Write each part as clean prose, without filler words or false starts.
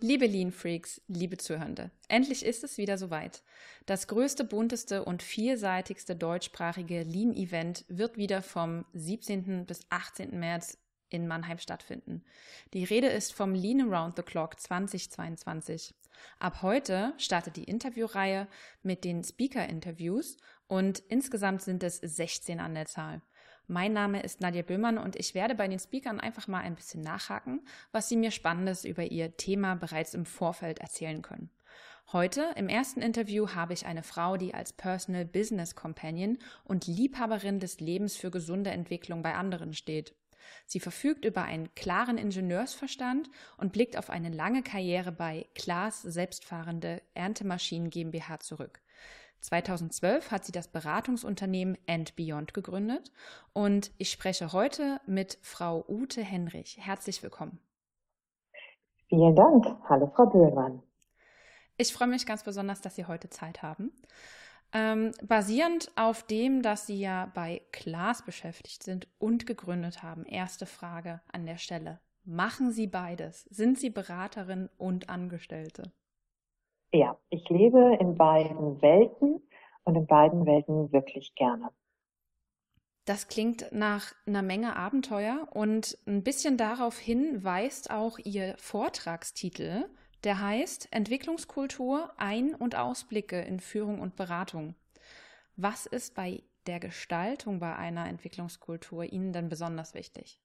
Liebe Lean Freaks, liebe Zuhörende, endlich ist es wieder soweit. Das größte, bunteste und vielseitigste deutschsprachige Lean-Event wird wieder vom 17. bis 18. März in Mannheim stattfinden. Die Rede ist vom Lean Around the Clock 2022. Ab heute startet die Interviewreihe mit den Speaker-Interviews und insgesamt sind es 16 an der Zahl. Mein Name ist Nadja Böhmann und ich werde bei den Speakern einfach mal ein bisschen nachhaken, was sie mir Spannendes über ihr Thema bereits im Vorfeld erzählen können. Heute im ersten Interview habe ich eine Frau, die als Personal Business Companion und Liebhaberin des Lebens für gesunde Entwicklung bei anderen steht. Sie verfügt über einen klaren Ingenieursverstand und blickt auf eine lange Karriere bei Klaas selbstfahrende Erntemaschinen GmbH zurück. 2012 hat sie das Beratungsunternehmen &Beyond gegründet und ich spreche heute mit Frau Ute Henrich. Herzlich willkommen. Vielen Dank. Hallo Frau Böhmann. Ich freue mich ganz besonders, dass Sie heute Zeit haben. Basierend auf dem, dass Sie ja bei Klaas beschäftigt sind und gegründet haben, erste Frage an der Stelle. Machen Sie beides? Sind Sie Beraterin und Angestellte? Ja, ich lebe in beiden Welten und in beiden Welten wirklich gerne. Das klingt nach einer Menge Abenteuer und ein bisschen darauf hin weist auch Ihr Vortragstitel, der heißt Entwicklungskultur, Ein- und Ausblicke in Führung und Beratung. Was ist bei der Gestaltung bei einer Entwicklungskultur Ihnen denn besonders wichtig?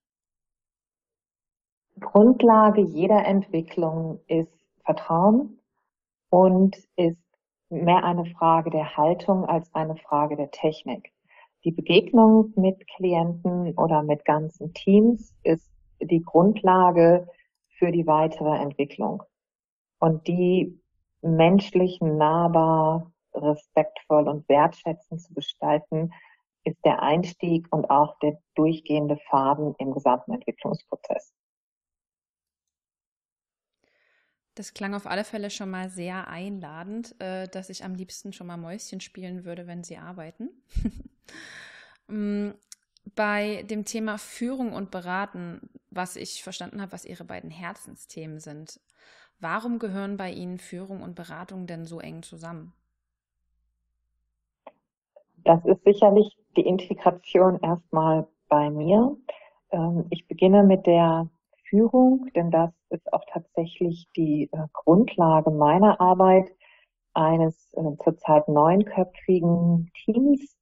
Grundlage jeder Entwicklung ist Vertrauen und ist mehr eine Frage der Haltung als eine Frage der Technik. Die Begegnung mit Klienten oder mit ganzen Teams ist die Grundlage für die weitere Entwicklung. Und die menschlich nahbar, respektvoll und wertschätzend zu gestalten, ist der Einstieg und auch der durchgehende Faden im gesamten Entwicklungsprozess. Das klang auf alle Fälle schon mal sehr einladend, dass ich am liebsten schon mal Mäuschen spielen würde, wenn Sie arbeiten. Bei dem Thema Führung und Beraten, was ich verstanden habe, was Ihre beiden Herzensthemen sind, warum gehören bei Ihnen Führung und Beratung denn so eng zusammen? Das ist sicherlich die Integration erstmal bei mir. Ich beginne mit der Führung, denn das ist auch tatsächlich die Grundlage meiner Arbeit eines zurzeit 9-köpfigen Teams.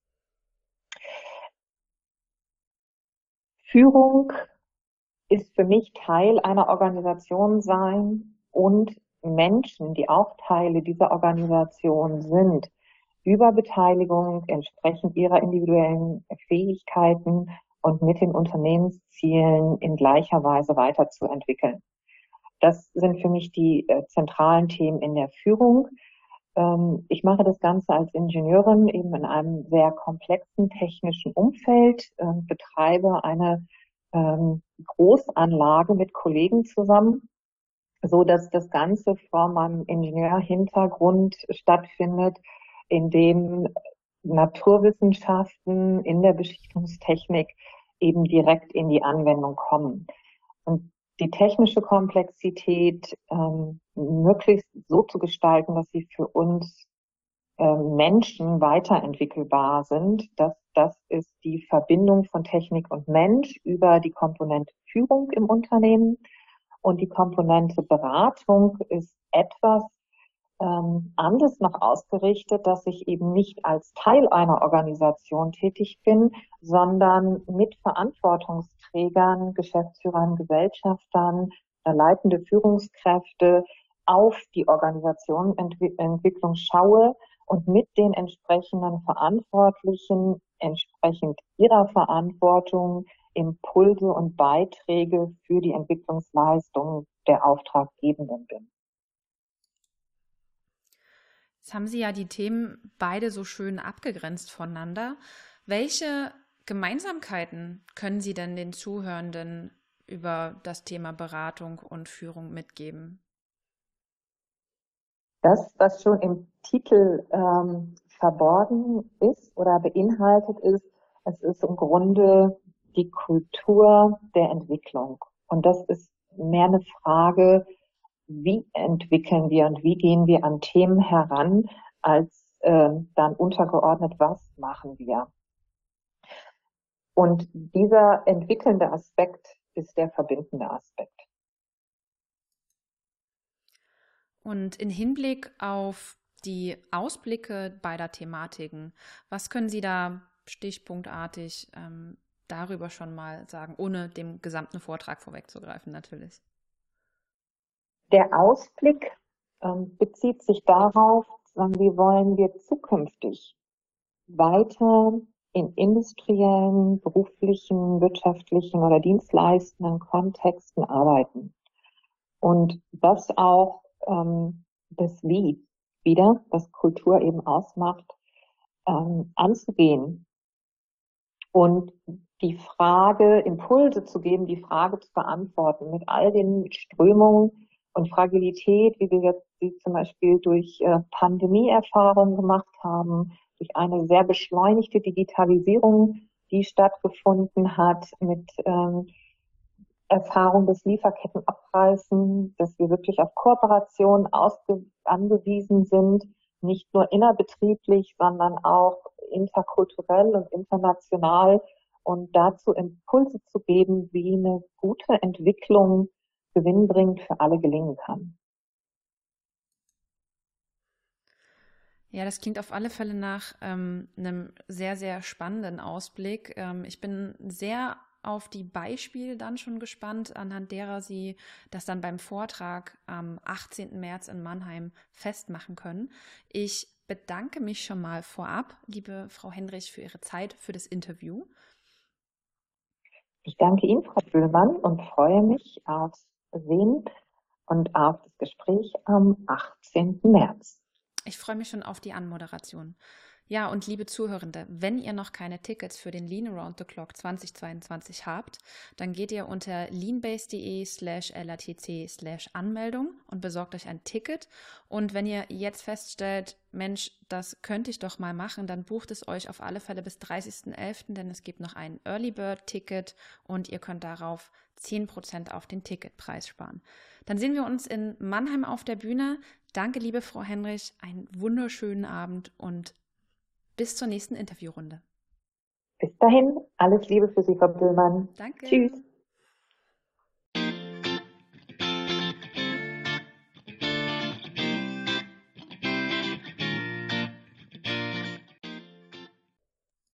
Führung ist für mich Teil einer Organisation sein und Menschen, die auch Teile dieser Organisation sind, über Beteiligung entsprechend ihrer individuellen Fähigkeiten und mit den Unternehmenszielen in gleicher Weise weiterzuentwickeln. Das sind für mich die zentralen Themen in der Führung. Ich mache das Ganze als Ingenieurin eben in einem sehr komplexen technischen Umfeld, betreibe eine Großanlage mit Kollegen zusammen, so dass das Ganze vor meinem Ingenieurhintergrund stattfindet, in dem Naturwissenschaften in der Beschichtungstechnik eben direkt in die Anwendung kommen. Und die technische Komplexität möglichst so zu gestalten, dass sie für uns Menschen weiterentwickelbar sind. Das ist die Verbindung von Technik und Mensch über die Komponente Führung im Unternehmen. Und die Komponente Beratung ist etwas anders noch ausgerichtet, dass ich eben nicht als Teil einer Organisation tätig bin, sondern mit Verantwortungsträgern, Geschäftsführern, Gesellschaftern, leitende Führungskräfte auf die Organisationenentwicklung schaue und mit den entsprechenden Verantwortlichen entsprechend ihrer Verantwortung Impulse und Beiträge für die Entwicklungsleistung der Auftraggebenden bin. Jetzt haben Sie ja die Themen beide so schön abgegrenzt voneinander. Welche Gemeinsamkeiten können Sie denn den Zuhörenden über das Thema Beratung und Führung mitgeben? Das, was schon im Titel verborgen ist oder beinhaltet ist, es ist im Grunde die Kultur der Entwicklung. Und das ist mehr eine Frage wie entwickeln wir und wie gehen wir an Themen heran, als dann untergeordnet, was machen wir. Und dieser entwickelnde Aspekt ist der verbindende Aspekt. Und in Hinblick auf die Ausblicke beider Thematiken, was können Sie da stichpunktartig darüber schon mal sagen, ohne dem gesamten Vortrag vorwegzugreifen natürlich? Der Ausblick bezieht sich darauf, wie wollen wir zukünftig weiter in industriellen, beruflichen, wirtschaftlichen oder dienstleistenden Kontexten arbeiten. Und das auch das Wie wieder, was Kultur eben ausmacht, anzugehen und die Frage, Impulse zu geben, die Frage zu beantworten mit all den Strömungen und Fragilität, wie wir jetzt sie zum Beispiel durch Pandemieerfahrungen gemacht haben, durch eine sehr beschleunigte Digitalisierung, die stattgefunden hat, mit Erfahrung des Lieferkettenabreißen, dass wir wirklich auf Kooperation angewiesen sind, nicht nur innerbetrieblich, sondern auch interkulturell und international, und dazu Impulse zu geben, wie eine gute Entwicklung gewinnbringend für alle gelingen kann. Ja, das klingt auf alle Fälle nach einem sehr, sehr spannenden Ausblick. Ich bin sehr auf die Beispiele dann schon gespannt, anhand derer Sie das dann beim Vortrag am 18. März in Mannheim festmachen können. Ich bedanke mich schon mal vorab, liebe Frau Hendrich, für Ihre Zeit, für das Interview. Ich danke Ihnen, Frau Böhlmann, und freue mich aufs Sehen und auf das Gespräch am 18. März. Ich freue mich schon auf die Anmoderation. Ja, und liebe Zuhörende, wenn ihr noch keine Tickets für den Lean Around the Clock 2022 habt, dann geht ihr unter leanbase.de/LATC/Anmeldung und besorgt euch ein Ticket. Und wenn ihr jetzt feststellt, Mensch, das könnte ich doch mal machen, dann bucht es euch auf alle Fälle bis 30.11., denn es gibt noch ein Early Bird Ticket und ihr könnt darauf 10% auf den Ticketpreis sparen. Dann sehen wir uns in Mannheim auf der Bühne. Danke, liebe Frau Hendrich, einen wunderschönen Abend und bis zur nächsten Interviewrunde. Bis dahin, alles Liebe für Sie, Frau Böhlmann. Danke. Tschüss.